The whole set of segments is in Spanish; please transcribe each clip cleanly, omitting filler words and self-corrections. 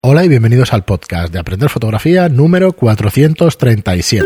Hola y bienvenidos al podcast de Aprender Fotografía número 437.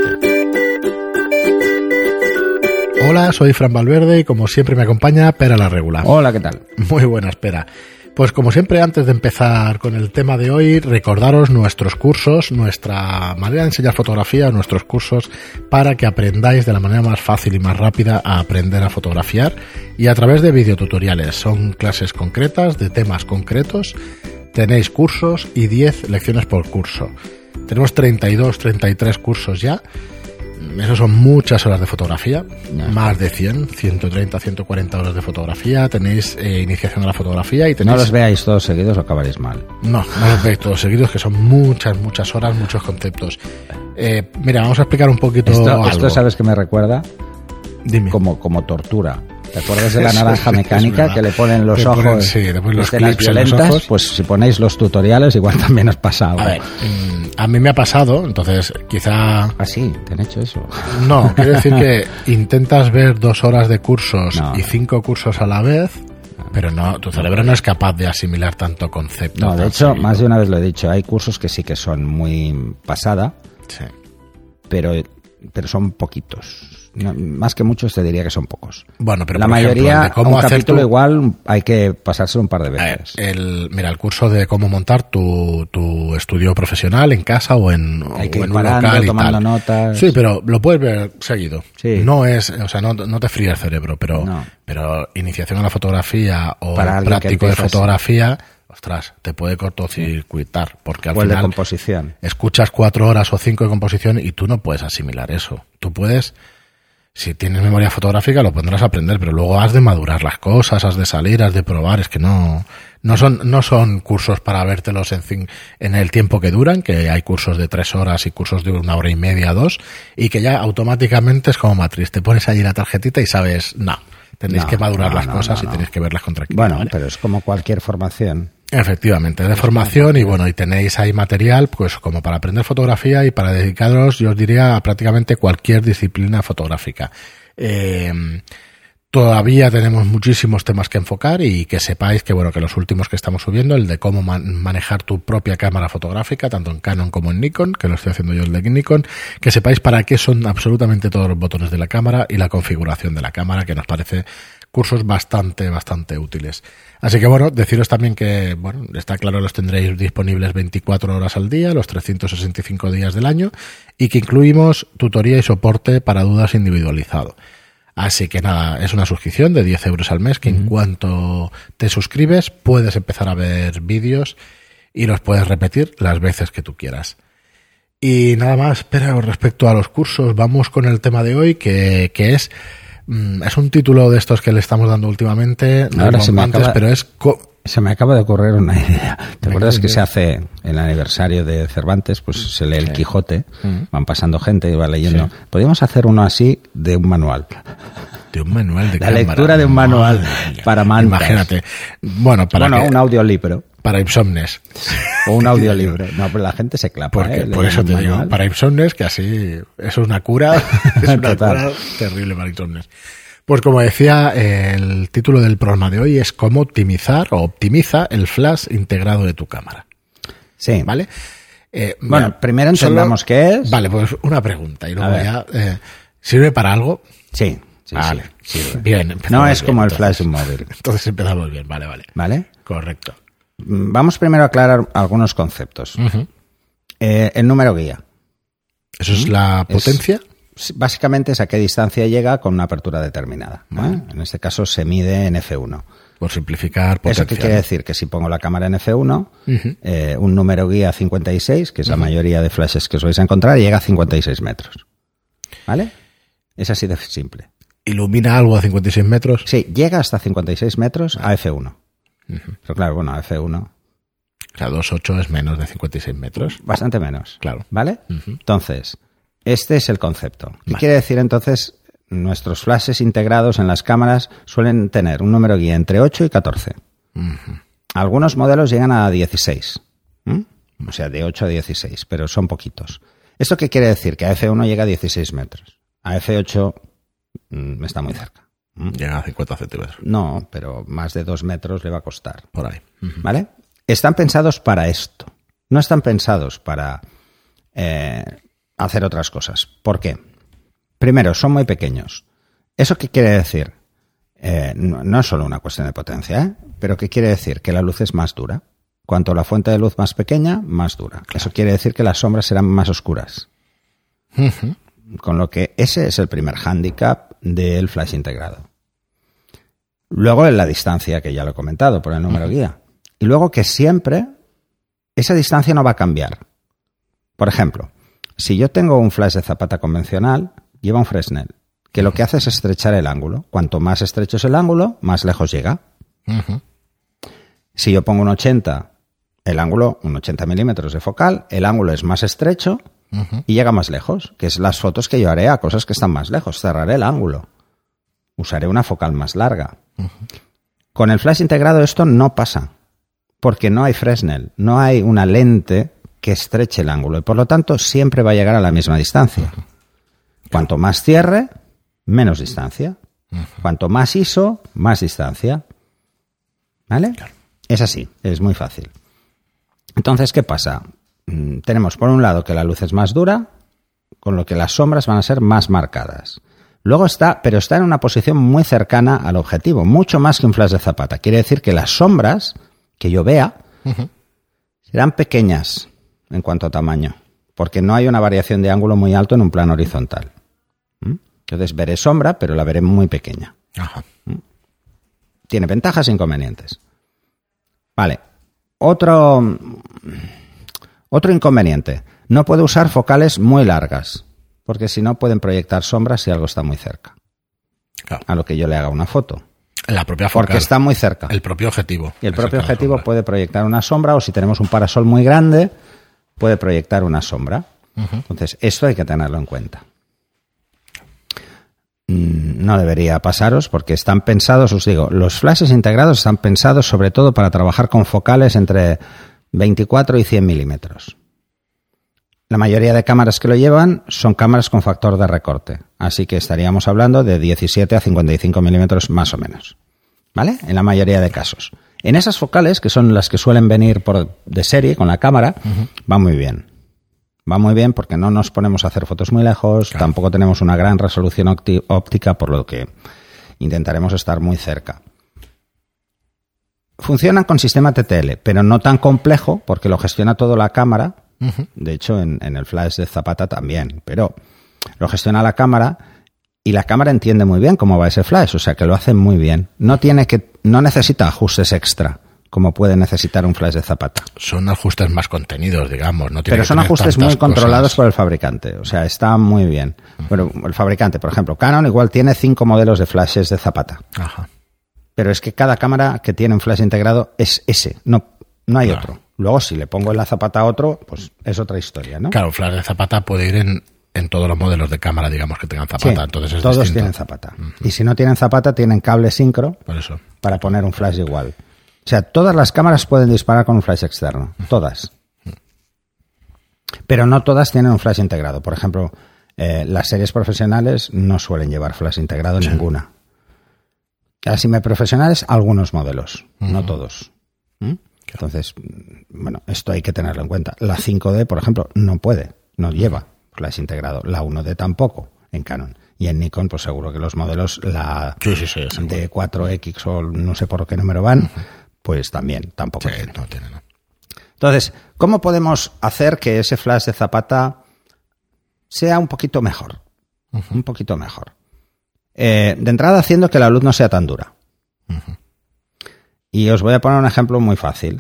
Hola, soy Fran Valverde y como siempre me acompaña Pera la Regula. Hola, ¿qué tal? Muy buenas, Pera. Pues como siempre, antes de empezar con el tema de hoy, recordaros nuestros cursos, nuestra manera de enseñar fotografía, nuestros cursos, para que aprendáis de la manera más fácil y más rápida a aprender a fotografiar y a través de videotutoriales. Son clases concretas de temas concretos. Tenéis cursos y 10 lecciones por curso. Tenemos 32, 33 cursos ya. Eso son muchas horas de fotografía, más de 100, 130, 140 horas de fotografía. Tenéis iniciación a la fotografía y tenéis... No los veáis todos seguidos o acabaréis mal. No los veáis todos seguidos, que son muchas horas, muchos conceptos. Mira, vamos a explicar un poquito algo. Esto ¿sabes qué me recuerda? Dime. Como tortura. ¿Te acuerdas de la naranja mecánica que le ponen los ojos? Sí, después los escenas clips violentas. En los ojos, pues si ponéis los tutoriales igual también os pasa algo. A ver, a mí me ha pasado, entonces quizá... Ah, sí, te han hecho eso. No, quiero decir que intentas ver 2 horas de cursos y 5 cursos a la vez, pero no, tu cerebro no es capaz de asimilar tanto concepto. No, de hecho, más de una vez lo he dicho, hay cursos que sí que son muy pasada, sí, pero son poquitos. No, más que muchos te diría que son pocos. Bueno, pero la por mayoría, ejemplo, de cómo un hacer capítulo igual hay que pasárselo un par de veces. Mira, el curso de cómo montar tu estudio profesional en casa o en un local y tomando tal. Notas. Sí, pero lo puedes ver seguido. Sí. No es, o sea, no te fría el cerebro, pero iniciación a la fotografía o práctico de fotografía, ostras, te puede cortocircuitar, porque al final de composición. Escuchas 4 horas o 5 de composición y tú no puedes asimilar eso. Tú puedes... Si tienes memoria fotográfica lo podrás aprender, pero luego has de madurar las cosas, has de salir, has de probar. Es que no son cursos para vértelos en el tiempo que duran, que hay cursos de 3 horas y cursos de 1 hora y media, 2, y que ya automáticamente es como Matrix. Te pones allí la tarjetita y sabes, tenéis que madurar las cosas y tenéis que verlas con tranquilidad. Bueno, ¿vale? Pero es como cualquier formación. Efectivamente, de formación y tenéis ahí material pues como para aprender fotografía y para dedicaros, yo os diría, a prácticamente cualquier disciplina fotográfica. Todavía tenemos muchísimos temas que enfocar y que sepáis que los últimos que estamos subiendo, el de cómo manejar tu propia cámara fotográfica, tanto en Canon como en Nikon, que lo estoy haciendo yo el de Nikon, que sepáis para qué son absolutamente todos los botones de la cámara y la configuración de la cámara, que nos parece cursos bastante útiles. Así que deciros también que, está claro, los tendréis disponibles 24 horas al día, los 365 días del año, y que incluimos tutoría y soporte para dudas individualizado. Así que nada, es una suscripción de 10 euros al mes, que en cuanto te suscribes puedes empezar a ver vídeos y los puedes repetir las veces que tú quieras. Y nada más, pero respecto a los cursos, vamos con el tema de hoy, que es un título de estos que le estamos dando últimamente, ahora se me acaba de ocurrir una idea. ¿Te acuerdas que se hace el aniversario de Cervantes? Pues se lee el Quijote, van pasando gente y va leyendo. Sí. Podríamos hacer uno así de un manual. De un manual de la lectura de un manual para mantas. Imagínate. Un audiolibro. Para insomnes. O un audiolibro. No, pero la gente se clapa. Por eso te digo, para insomnes, que así eso es una cura. Es una cura terrible para insomnes. Pues como decía, el título del programa de hoy es cómo optimizar o optimiza el flash integrado de tu cámara. Sí. ¿Vale? Primero entendamos qué es. Vale, pues una pregunta y luego ya... ¿Sirve para algo? Sí. Vale. Sí. Bien. No es como el flash de un móvil. Entonces empezamos bien, vale. ¿Vale? Correcto. Vamos primero a aclarar algunos conceptos. El número guía. ¿Eso es la potencia? Básicamente es a qué distancia llega con una apertura determinada. En este caso se mide en f1. Por simplificar, potencia. ¿Eso qué quiere decir? Que si pongo la cámara en f1, un número guía 56, que es la mayoría de flashes que os vais a encontrar, llega a 56 metros. ¿Vale? Es así de simple. ¿Ilumina algo a 56 metros? Sí, llega hasta 56 metros a f1. Pero claro, a f1... O sea, 2.8 es menos de 56 metros. Bastante menos. Claro. ¿Vale? Entonces... Este es el concepto. ¿Qué quiere decir entonces? Nuestros flashes integrados en las cámaras suelen tener un número guía entre 8 y 14. Algunos modelos llegan a 16. O sea, de 8 a 16, pero son poquitos. ¿Esto qué quiere decir? Que a F1 llega a 16 metros. A F8 está muy cerca. Llega a 50 centímetros. No, pero más de 2 metros le va a costar. Por ahí. ¿Vale? Están pensados para esto. No están pensados para hacer otras cosas. ¿Por qué? Primero, son muy pequeños. ¿Eso qué quiere decir? No es solo una cuestión de potencia, pero ¿qué quiere decir? Que la luz es más dura. Cuanto la fuente de luz más pequeña, más dura. Claro. Eso quiere decir que las sombras serán más oscuras. Uh-huh. Con lo que ese es el primer hándicap del flash integrado. Luego en la distancia, que ya lo he comentado por el número guía. Y luego que siempre esa distancia no va a cambiar. Por ejemplo, si yo tengo un flash de zapata convencional, lleva un Fresnel, que lo que hace es estrechar el ángulo. Cuanto más estrecho es el ángulo, más lejos llega. Uh-huh. Si yo pongo un 80, el ángulo, un 80 milímetros de focal, el ángulo es más estrecho y llega más lejos, que es las fotos que yo haré a cosas que están más lejos. Cerraré el ángulo. Usaré una focal más larga. Uh-huh. Con el flash integrado esto no pasa, porque no hay Fresnel, no hay una lente que estreche el ángulo y por lo tanto siempre va a llegar a la misma distancia. Uh-huh. Cuanto más cierre, menos distancia. Uh-huh. Cuanto más ISO, más distancia. ¿Vale? Claro. Es así, es muy fácil. Entonces, ¿qué pasa? Tenemos por un lado que la luz es más dura, con lo que las sombras van a ser más marcadas. Luego está en una posición muy cercana al objetivo, mucho más que un flash de zapata. Quiere decir que las sombras que yo vea serán pequeñas en cuanto a tamaño, porque no hay una variación de ángulo muy alto en un plano horizontal. Entonces veré sombra, pero la veré muy pequeña. Ajá. Tiene ventajas e inconvenientes. Vale. Otro inconveniente. No puedo usar focales muy largas, porque si no pueden proyectar sombras si algo está muy cerca. Claro. A lo que yo le haga una foto. La propia focal. Porque está muy cerca. El propio objetivo. Y el propio objetivo puede proyectar una sombra, o si tenemos un parasol muy grande, puede proyectar una sombra. Uh-huh. Entonces, esto hay que tenerlo en cuenta. No debería pasaros porque están pensados, os digo, los flashes integrados están pensados sobre todo para trabajar con focales entre 24 y 100 milímetros. La mayoría de cámaras que lo llevan son cámaras con factor de recorte, así que estaríamos hablando de 17 a 55 milímetros más o menos, ¿vale? En la mayoría de casos. En esas focales, que son las que suelen venir de serie con la cámara, va muy bien. Va muy bien porque no nos ponemos a hacer fotos muy lejos, claro. Tampoco tenemos una gran resolución óptica, por lo que intentaremos estar muy cerca. Funcionan con sistema TTL, pero no tan complejo porque lo gestiona todo la cámara. Uh-huh. De hecho, en el flash de zapata también, pero lo gestiona la cámara y la cámara entiende muy bien cómo va ese flash, o sea que lo hace muy bien. No necesita ajustes extra, como puede necesitar un flash de zapata. Son ajustes más contenidos, digamos. No tiene Pero son ajustes muy controlados por el fabricante. O sea, está muy bien. Uh-huh. Bueno, el fabricante, por ejemplo, Canon igual tiene 5 modelos de flashes de zapata. Ajá. Pero es que cada cámara que tiene un flash integrado es ese. No hay claro. Otro. Luego, si le pongo en la zapata a otro, pues es otra historia, ¿no? Claro, flash de zapata puede ir en todos los modelos de cámara, digamos, que tengan zapata. Sí, entonces es todos distinto. Tienen zapata. Uh-huh. Y si no tienen zapata, tienen cable sincro por eso. Para poner un flash igual. O sea, todas las cámaras pueden disparar con un flash externo. Todas. Pero no todas tienen un flash integrado. Por ejemplo, las series profesionales no suelen llevar flash integrado ninguna. Las semiprofesionales, algunos modelos. No todos. Entonces, bueno, esto hay que tenerlo en cuenta. La 5D, por ejemplo, no lleva flash integrado. La 1D tampoco, en Canon. Y en Nikon, pues seguro que los modelos, la de 4X o no sé por qué número van, pues también, tampoco tienen. No tienen. Entonces, ¿cómo podemos hacer que ese flash de zapata sea un poquito mejor? Un poquito mejor. De entrada, haciendo que la luz no sea tan dura. Y os voy a poner un ejemplo muy fácil.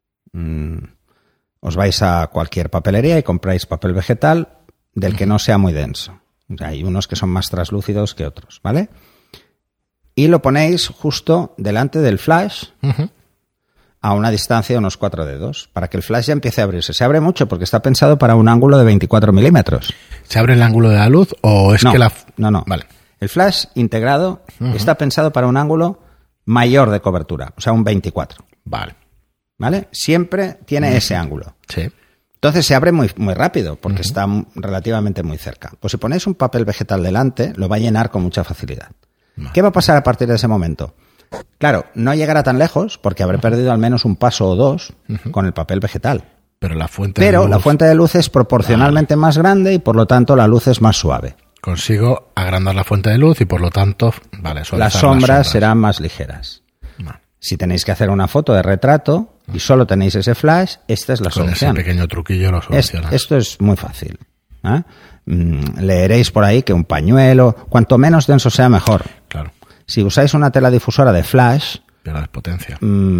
Os vais a cualquier papelería y compráis papel vegetal del que no sea muy denso. O sea, hay unos que son más translúcidos que otros, ¿vale? Y lo ponéis justo delante del flash a una distancia de unos 4 dedos para que el flash ya empiece a abrirse. Se abre mucho porque está pensado para un ángulo de 24 milímetros. ¿Se abre el ángulo de la luz o es que la...? No. Vale. El flash integrado está pensado para un ángulo mayor de cobertura, o sea, un 24. ¿Vale? Siempre tiene ese ángulo. Sí. Entonces se abre muy, muy rápido porque está relativamente muy cerca. Pues si ponéis un papel vegetal delante, lo va a llenar con mucha facilidad. ¿Qué va a pasar a partir de ese momento? Claro, no llegará tan lejos porque habré perdido al menos un paso o dos con el papel vegetal. Pero la fuente de luz es proporcionalmente más grande y por lo tanto la luz es más suave. Consigo agrandar la fuente de luz y por lo tanto, las sombras serán más ligeras. Vale. Si tenéis que hacer una foto de retrato y solo tenéis ese flash, esta es la solución. Con ese pequeño truquillo lo solucionas. Esto es muy fácil. Leeréis por ahí que un pañuelo, cuanto menos denso sea mejor. Claro. Si usáis una tela difusora de flash, pierdes potencia.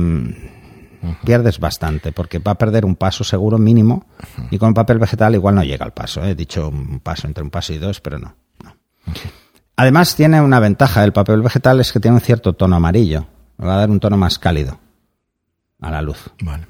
Pierdes bastante, porque va a perder un paso seguro mínimo, y con papel vegetal igual no llega al paso. He dicho un paso, entre un paso y dos, pero no. Además tiene una ventaja el papel vegetal, es que tiene un cierto tono amarillo. Le va a dar un tono más cálido a la luz. Vale.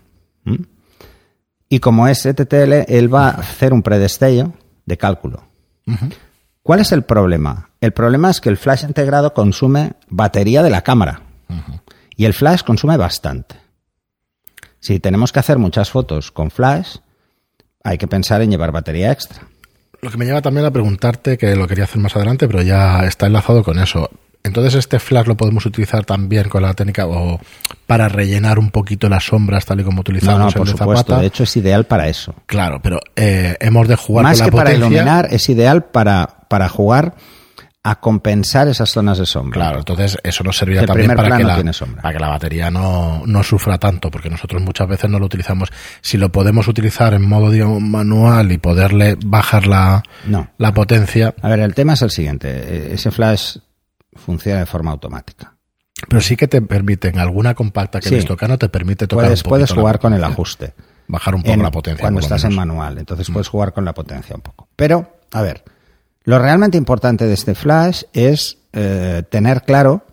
Y como es TTL, él va a hacer un predestello de cálculo. ¿Cuál es el problema? El problema es que el flash integrado consume batería de la cámara. Y el flash consume bastante. Si tenemos que hacer muchas fotos con flash, hay que pensar en llevar batería extra. Lo que me lleva también a preguntarte, que lo quería hacer más adelante, pero ya está enlazado con eso. Entonces, ¿este flash lo podemos utilizar también con la técnica o para rellenar un poquito las sombras, tal y como utilizamos por supuesto. Zapata? De hecho, es ideal para eso. Claro, pero hemos de jugar más con la potencia. Más que para iluminar, es ideal para jugar a compensar esas zonas de sombra. Claro, entonces eso nos servirá también para que la batería no sufra tanto, porque nosotros muchas veces no lo utilizamos. Si lo podemos utilizar en modo, digamos, manual y poderle bajar la potencia... A ver, el tema es el siguiente. Ese flash funciona de forma automática. Pero sí que te permite, en alguna compacta que he visto acá, no te permite tocar un poquito. Puedes jugar con el ajuste. Bajar un poco la potencia. Cuando estás en manual, entonces puedes jugar con la potencia un poco. Pero, a ver... Lo realmente importante de este flash es tener claro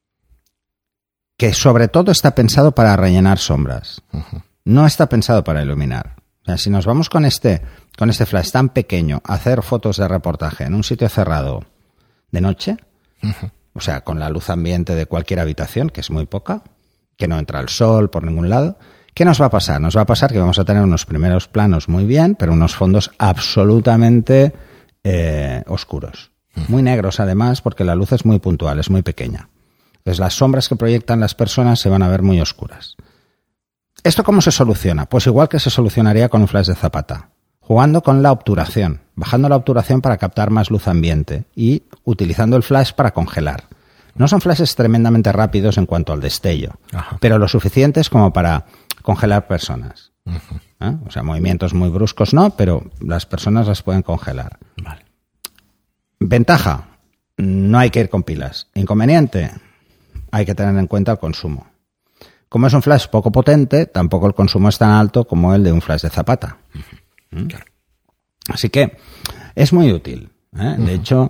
que sobre todo está pensado para rellenar sombras. No está pensado para iluminar. O sea, si nos vamos con este flash tan pequeño a hacer fotos de reportaje en un sitio cerrado de noche, o sea, con la luz ambiente de cualquier habitación, que es muy poca, que no entra el sol por ningún lado, ¿qué nos va a pasar? Nos va a pasar que vamos a tener unos primeros planos muy bien, pero unos fondos absolutamente... oscuros, muy negros además, porque la luz es muy puntual, es muy pequeña. Entonces las sombras que proyectan las personas se van a ver muy oscuras. ¿Esto cómo se soluciona? Pues igual que se solucionaría con un flash de Zapata, jugando con la obturación, bajando la obturación para captar más luz ambiente y utilizando el flash para congelar. No son flashes tremendamente rápidos en cuanto al destello, pero lo suficientes como para congelar personas. O sea, movimientos muy bruscos no, pero las personas las pueden congelar. Vale. Ventaja, no hay que ir con pilas. Inconveniente, hay que tener en cuenta el consumo. Como es un flash poco potente, tampoco el consumo es tan alto como el de un flash de Zapata. Claro. Así que es muy útil. De hecho,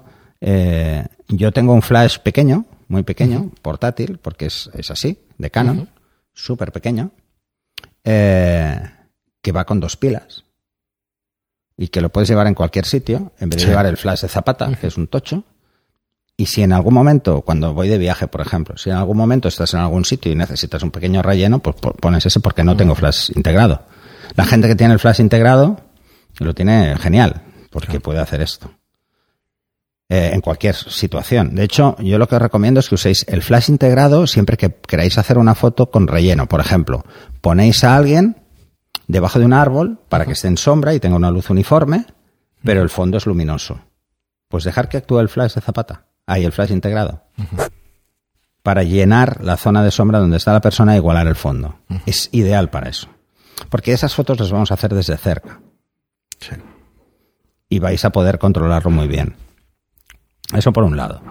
yo tengo un flash pequeño, muy pequeño, portátil, porque es así, de Canon, súper pequeño, que va con 2 pilas y que lo puedes llevar en cualquier sitio en vez de llevar el flash de Zapata, que es un tocho. Y si en algún momento, cuando voy de viaje, por ejemplo, si en algún momento estás en algún sitio y necesitas un pequeño relleno, pues pones ese, porque no tengo flash integrado. La gente que tiene el flash integrado lo tiene genial, porque puede hacer esto en cualquier situación. De hecho, yo lo que os recomiendo es que uséis el flash integrado siempre que queráis hacer una foto con relleno. Por ejemplo, ponéis a alguien debajo de un árbol para que esté en sombra y tenga una luz uniforme, pero el fondo es luminoso. Pues dejar que actúe el flash de Zapata, el flash integrado, para llenar la zona de sombra donde está la persona e igualar el fondo. Es ideal para eso. Porque esas fotos las vamos a hacer desde cerca. Sí. Y vais a poder controlarlo muy bien. Eso por un lado.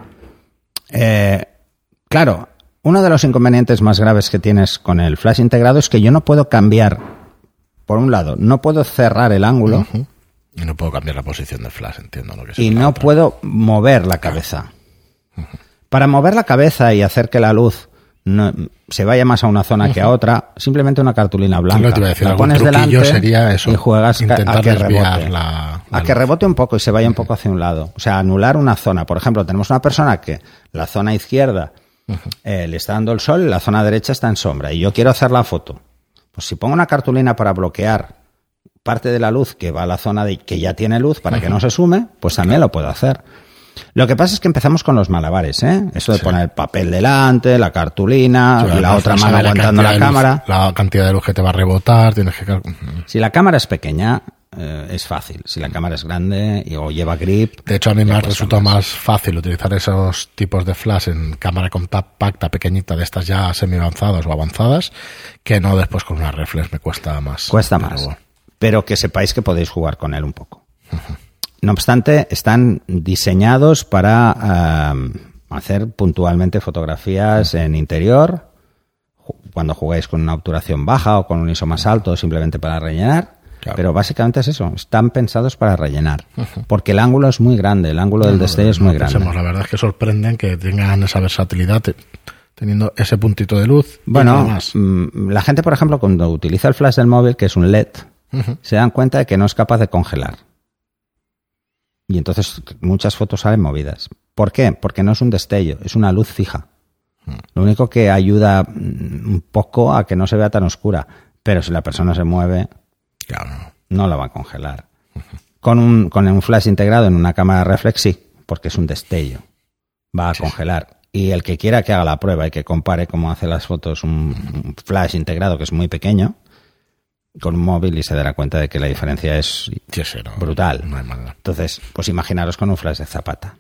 Claro, uno de los inconvenientes más graves que tienes con el flash integrado es que yo no puedo cambiar. Por un lado, no puedo cerrar el ángulo. Y no puedo cambiar la posición del flash, entiendo lo que y no puedo mover la cabeza. Para mover la cabeza y hacer que la luz se vaya más a una zona que a otra, simplemente una cartulina blanca. La pones delante sería eso, y juegas a que rebote. A que rebote un poco y se vaya un poco hacia un lado. O sea, anular una zona. Por ejemplo, tenemos una persona que la zona izquierda le está dando el sol y la zona derecha está en sombra. Y yo quiero hacer la foto. Pues si pongo una cartulina para bloquear parte de la luz que va a la zona que ya tiene luz para que no se sume, pues también lo puedo hacer. Lo que pasa es que empezamos con los malabares, ¿eh? Eso de poner el papel delante, la cartulina, y la otra mano aguantando la cámara. La cantidad de luz que te va a rebotar, tienes que... Si la cámara es pequeña, es fácil. Si la cámara es grande o lleva grip... De hecho, a mí me resulta más fácil utilizar esos tipos de flash en cámara compacta, pequeñita, de estas ya semi-avanzadas o avanzadas, que no después con una reflex me cuesta más. Cuesta más. Pero que sepáis que podéis jugar con él un poco. No obstante, están diseñados para hacer puntualmente fotografías en interior, cuando jugáis con una obturación baja o con un ISO más alto, simplemente para rellenar. Claro. Pero básicamente es eso, están pensados para rellenar, porque el ángulo es muy grande, el ángulo del destello es muy grande. La verdad es que sorprenden que tengan esa versatilidad teniendo ese puntito de luz. Bueno, la gente, por ejemplo, cuando utiliza el flash del móvil, que es un LED, se dan cuenta de que no es capaz de congelar. Y entonces muchas fotos salen movidas. ¿Por qué? Porque no es un destello, es una luz fija. Lo único que ayuda un poco a que no se vea tan oscura. Pero si la persona se mueve, claro, no la va a congelar. Con un flash integrado en una cámara reflex, sí, porque es un destello. Va a congelar. Y el que quiera que haga la prueba y que compare cómo hace las fotos un flash integrado, que es muy pequeño, con un móvil, y se dará cuenta de que la diferencia es brutal. No hay manera. Entonces, pues imaginaros con un flash de zapata.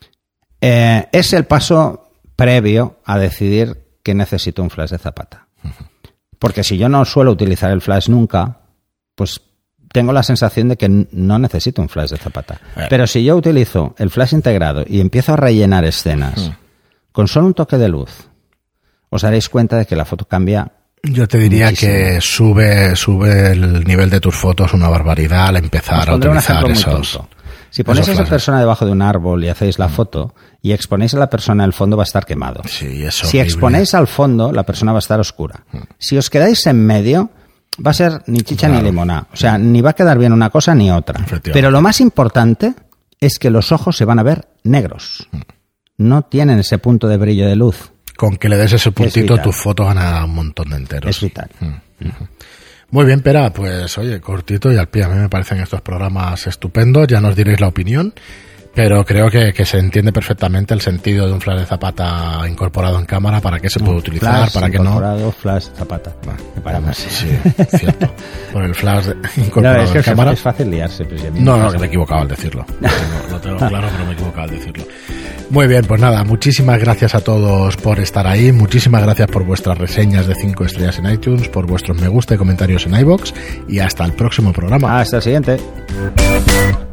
Es el paso previo a decidir que necesito un flash de zapata. Porque si yo no suelo utilizar el flash nunca, pues tengo la sensación de que no necesito un flash de zapata. Pero si yo utilizo el flash integrado y empiezo a rellenar escenas con solo un toque de luz, os daréis cuenta de que la foto cambia. Yo te diría que sube el nivel de tus fotos una barbaridad al empezar a utilizar esos. Si ponéis a esa persona debajo de un árbol y hacéis la foto y exponéis a la persona, el fondo va a estar quemado. Sí, eso. Si exponéis al fondo, la persona va a estar oscura. Si os quedáis en medio, va a ser ni chicha ni limonada. O sea, ni va a quedar bien una cosa ni otra. Pero lo más importante es que los ojos se van a ver negros. No tienen ese punto de brillo de luz. Con que le des ese puntito, tus fotos van a dar un montón de enteros. Es vital. Muy bien, Pera, pues oye, cortito y al pie. A mí me parecen estos programas estupendos. Ya nos diréis la opinión, pero creo que se entiende perfectamente el sentido de un flash de zapata incorporado en cámara, para qué se puede utilizar, para qué no. Incorporado, flash zapata. Para más. Sí, cierto. Por el flash incorporado en cámara. Es fácil liarse, precisamente. No, que me he equivocado al decirlo. Lo tengo claro, pero me he equivocado al decirlo. Muy bien, pues nada, muchísimas gracias a todos por estar ahí, muchísimas gracias por vuestras reseñas de 5 estrellas en iTunes, por vuestros me gusta y comentarios en iVoox, y hasta el próximo programa. Hasta el siguiente.